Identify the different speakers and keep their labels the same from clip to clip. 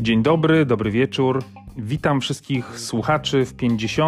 Speaker 1: Dzień dobry, dobry wieczór. Witam wszystkich słuchaczy w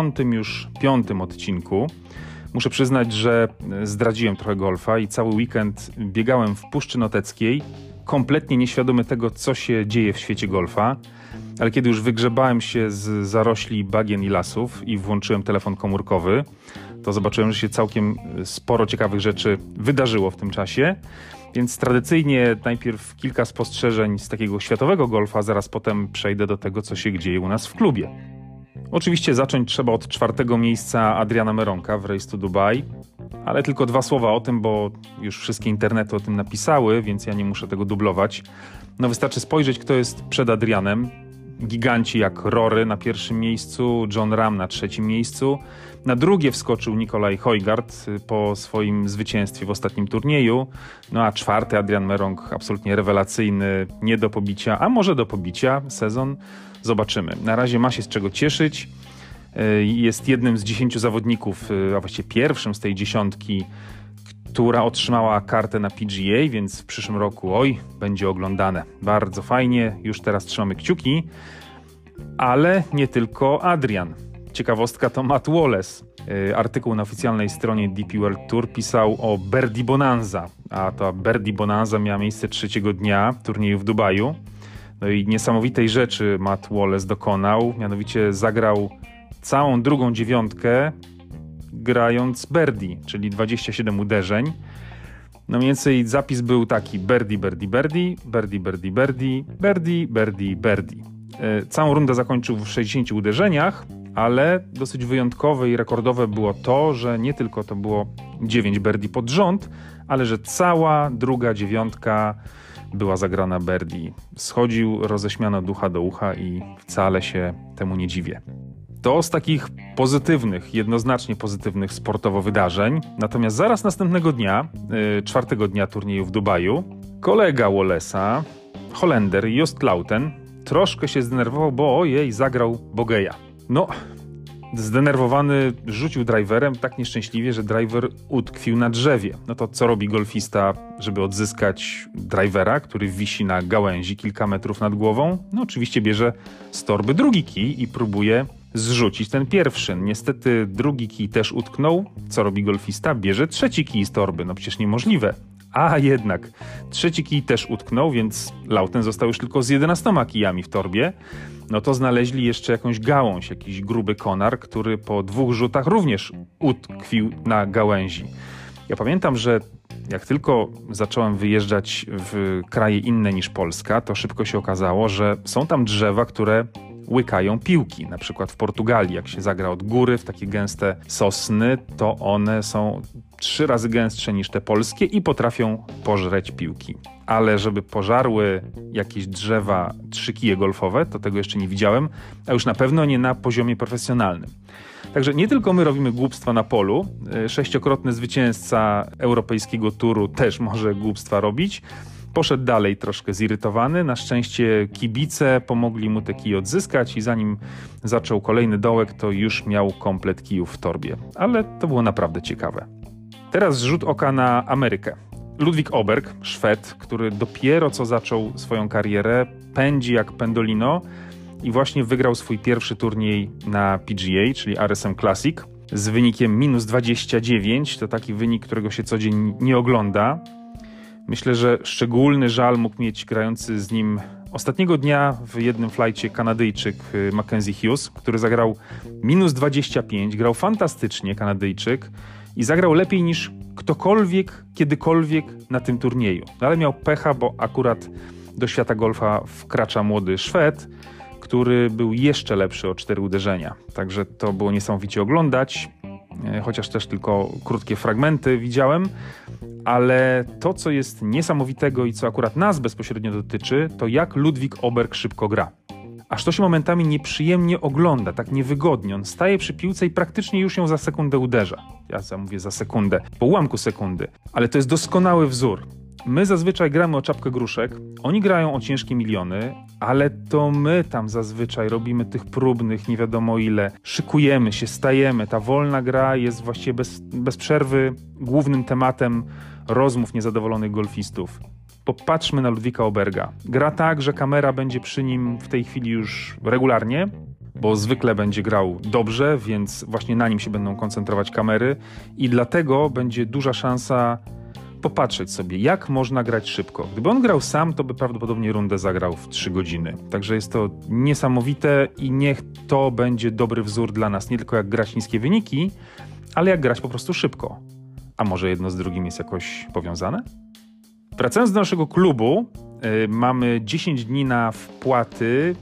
Speaker 1: 55. odcinku. Muszę przyznać, że zdradziłem trochę golfa i cały weekend biegałem w Puszczy Noteckiej, kompletnie nieświadomy tego, co się dzieje w świecie golfa. Ale kiedy już wygrzebałem się z zarośli bagien i lasów i włączyłem telefon komórkowy, to zobaczyłem, że się całkiem sporo ciekawych rzeczy wydarzyło w tym czasie. Więc tradycyjnie najpierw kilka spostrzeżeń z takiego światowego golfa, zaraz potem przejdę do tego, co się dzieje u nas w klubie. Oczywiście zacząć trzeba od 4. miejsca Adriana Meronka w Race to Dubai, ale tylko 2 słowa o tym, bo już wszystkie internety o tym napisały, więc ja nie muszę tego dublować. No wystarczy spojrzeć, kto jest przed Adrianem. Giganci jak Rory na 1. miejscu, Jon Rahm na 3. miejscu. Na 2. wskoczył Nicolai Højgaard po swoim zwycięstwie w ostatnim turnieju. No a 4. Adrian Meronk, absolutnie rewelacyjny, nie do pobicia, a może do pobicia sezon. Zobaczymy. Na razie ma się z czego cieszyć. Jest jednym z 10 zawodników, a właściwie pierwszym z tej 10, która otrzymała kartę na PGA, więc w przyszłym roku, będzie oglądane. Bardzo fajnie, już teraz trzymamy kciuki, ale nie tylko Adrian. Ciekawostka to Matt Wallace. Artykuł na oficjalnej stronie DP World Tour pisał o Birdie Bonanza, a ta Birdie Bonanza miała miejsce 3. dnia turnieju w Dubaju. No i niesamowitej rzeczy Matt Wallace dokonał, mianowicie zagrał całą drugą 9, grając birdie, czyli 27 uderzeń. No mniej więcej zapis był taki: birdie, birdie, birdie, birdie, birdie, birdie, birdie, birdie, birdie. Całą rundę zakończył w 60 uderzeniach, ale dosyć wyjątkowe i rekordowe było to, że nie tylko to było 9 birdie pod rząd, ale że cała druga 9 była zagrana birdie. Schodził roześmiano ducha do ucha i wcale się temu nie dziwię. To z takich pozytywnych, jednoznacznie pozytywnych sportowo wydarzeń. Natomiast zaraz następnego dnia, 4. dnia turnieju w Dubaju, kolega Wallace'a, Holender Joost Luiten, troszkę się zdenerwował, bo zagrał bogeja. No, zdenerwowany rzucił driverem tak nieszczęśliwie, że driver utkwił na drzewie. No to co robi golfista, żeby odzyskać drivera, który wisi na gałęzi kilka metrów nad głową? No oczywiście bierze z torby drugi kij i próbuje zrzucić ten pierwszy. Niestety drugi kij też utknął. Co robi golfista? Bierze 3. kij z torby. No przecież niemożliwe. A jednak 3. kij też utknął, więc Luiten został już tylko z 11 kijami w torbie. No to znaleźli jeszcze jakąś gałąź, jakiś gruby konar, który po 2 rzutach również utkwił na gałęzi. Ja pamiętam, że jak tylko zacząłem wyjeżdżać w kraje inne niż Polska, to szybko się okazało, że są tam drzewa, które łykają piłki. Na przykład w Portugalii, jak się zagra od góry w takie gęste sosny, to one są 3 razy gęstsze niż te polskie i potrafią pożreć piłki. Ale żeby pożarły jakieś drzewa 3 kije golfowe, to tego jeszcze nie widziałem, a już na pewno nie na poziomie profesjonalnym. Także nie tylko my robimy głupstwa na polu, 6-krotny zwycięzca europejskiego turu też może głupstwa robić. Poszedł dalej troszkę zirytowany. Na szczęście kibice pomogli mu te kije odzyskać i zanim zaczął kolejny dołek, to już miał komplet kijów w torbie. Ale to było naprawdę ciekawe. Teraz rzut oka na Amerykę. Ludwig Åberg, Szwed, który dopiero co zaczął swoją karierę, pędzi jak pendolino i właśnie wygrał swój pierwszy turniej na PGA, czyli RSM Classic, z wynikiem -29. To taki wynik, którego się co dzień nie ogląda. Myślę, że szczególny żal mógł mieć grający z nim ostatniego dnia w jednym flajcie Kanadyjczyk Mackenzie Hughes, który zagrał -25, grał fantastycznie Kanadyjczyk i zagrał lepiej niż ktokolwiek, kiedykolwiek na tym turnieju. Ale miał pecha, bo akurat do świata golfa wkracza młody Szwed, który był jeszcze lepszy o 4 uderzenia. Także to było niesamowicie oglądać, chociaż też tylko krótkie fragmenty widziałem. Ale to, co jest niesamowitego i co akurat nas bezpośrednio dotyczy, to jak Ludwig Åberg szybko gra. Aż to się momentami nieprzyjemnie ogląda, tak niewygodnie. On staje przy piłce i praktycznie już ją za sekundę uderza. Ja mówię za sekundę, po ułamku sekundy. Ale to jest doskonały wzór. My zazwyczaj gramy o czapkę gruszek, oni grają o ciężkie miliony, ale to my tam zazwyczaj robimy tych próbnych nie wiadomo ile. Szykujemy się, stajemy. Ta wolna gra jest właściwie bez przerwy głównym tematem rozmów niezadowolonych golfistów. popatrzmy na Ludwika Oberga. Gra tak, że kamera będzie przy nim w tej chwili już regularnie, bo zwykle będzie grał dobrze, więc właśnie na nim się będą koncentrować kamery i dlatego będzie duża szansa popatrzeć sobie, jak można grać szybko. Gdyby on grał sam, to by prawdopodobnie rundę zagrał w 3 godziny. Także jest to niesamowite i niech to będzie dobry wzór dla nas, nie tylko jak grać niskie wyniki, ale jak grać po prostu szybko. A może jedno z drugim jest jakoś powiązane? Wracając do naszego klubu, mamy 10 dni na wpłaty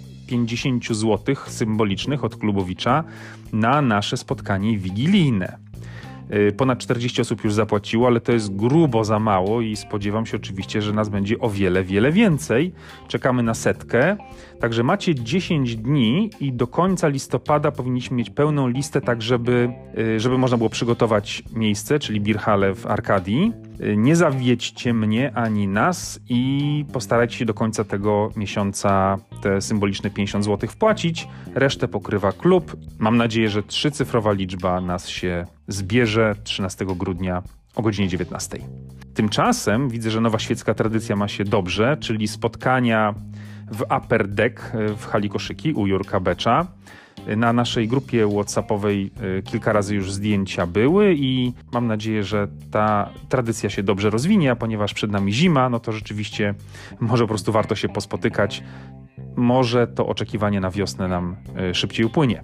Speaker 1: 50 zł symbolicznych od Klubowicza na nasze spotkanie wigilijne. Ponad 40 osób już zapłaciło, ale to jest grubo za mało i spodziewam się oczywiście, że nas będzie o wiele, wiele więcej. Czekamy na 100. Także macie 10 dni i do końca listopada powinniśmy mieć pełną listę, tak żeby można było przygotować miejsce, czyli Bierhalle w Arkadii. Nie zawiedźcie mnie ani nas i postarajcie się do końca tego miesiąca te symboliczne 50 zł wpłacić. Resztę pokrywa klub. Mam nadzieję, że 3-cyfrowa liczba nas się zbierze 13 grudnia o godzinie 19. Tymczasem widzę, że nowa świecka tradycja ma się dobrze, czyli spotkania w Upper Deck w hali Koszyki u Jurka Becza. Na naszej grupie WhatsAppowej kilka razy już zdjęcia były i mam nadzieję, że ta tradycja się dobrze rozwinie, a ponieważ przed nami zima, no to rzeczywiście może po prostu warto się pospotykać. Może to oczekiwanie na wiosnę nam szybciej upłynie.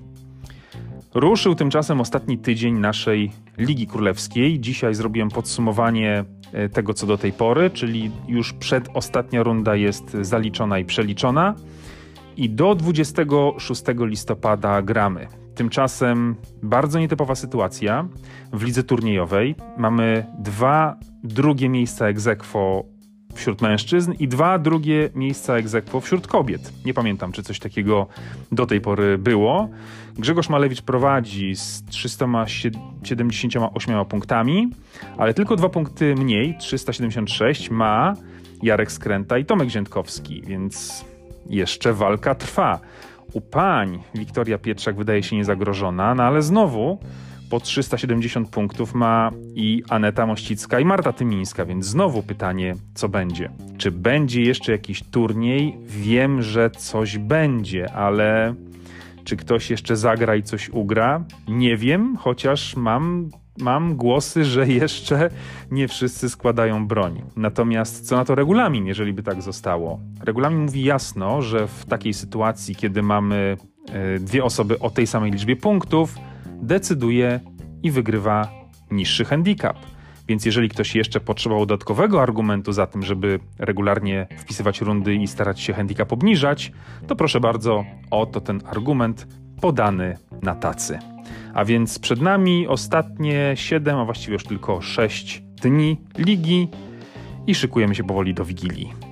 Speaker 1: Ruszył tymczasem ostatni tydzień naszej Ligi Królewskiej. Dzisiaj zrobiłem podsumowanie tego, co do tej pory, czyli już przedostatnia runda jest zaliczona i przeliczona. I do 26 listopada gramy. Tymczasem bardzo nietypowa sytuacja w lidze turniejowej. Mamy 2 drugie miejsca ex aequo wśród mężczyzn i 2 drugie miejsca ex aequo wśród kobiet. Nie pamiętam, czy coś takiego do tej pory było. Grzegorz Malewicz prowadzi z 378 punktami, ale tylko 2 punkty mniej, 376 ma Jarek Skręta i Tomek Ziętkowski, więc jeszcze walka trwa. U pań Wiktoria Pietrzak wydaje się niezagrożona, no ale znowu po 370 punktów ma i Aneta Mościcka i Marta Tymińska, więc znowu pytanie, co będzie? Czy będzie jeszcze jakiś turniej? Wiem, że coś będzie, ale czy ktoś jeszcze zagra i coś ugra? Nie wiem, chociaż mam głosy, że jeszcze nie wszyscy składają broń. Natomiast co na to regulamin, jeżeli by tak zostało? Regulamin mówi jasno, że w takiej sytuacji, kiedy mamy 2 osoby o tej samej liczbie punktów, decyduje i wygrywa niższy handicap. Więc jeżeli ktoś jeszcze potrzebował dodatkowego argumentu za tym, żeby regularnie wpisywać rundy i starać się handicap obniżać, to proszę bardzo, oto ten argument podany na tacy. A więc przed nami ostatnie 7, a właściwie już tylko 6 dni ligi i szykujemy się powoli do Wigilii.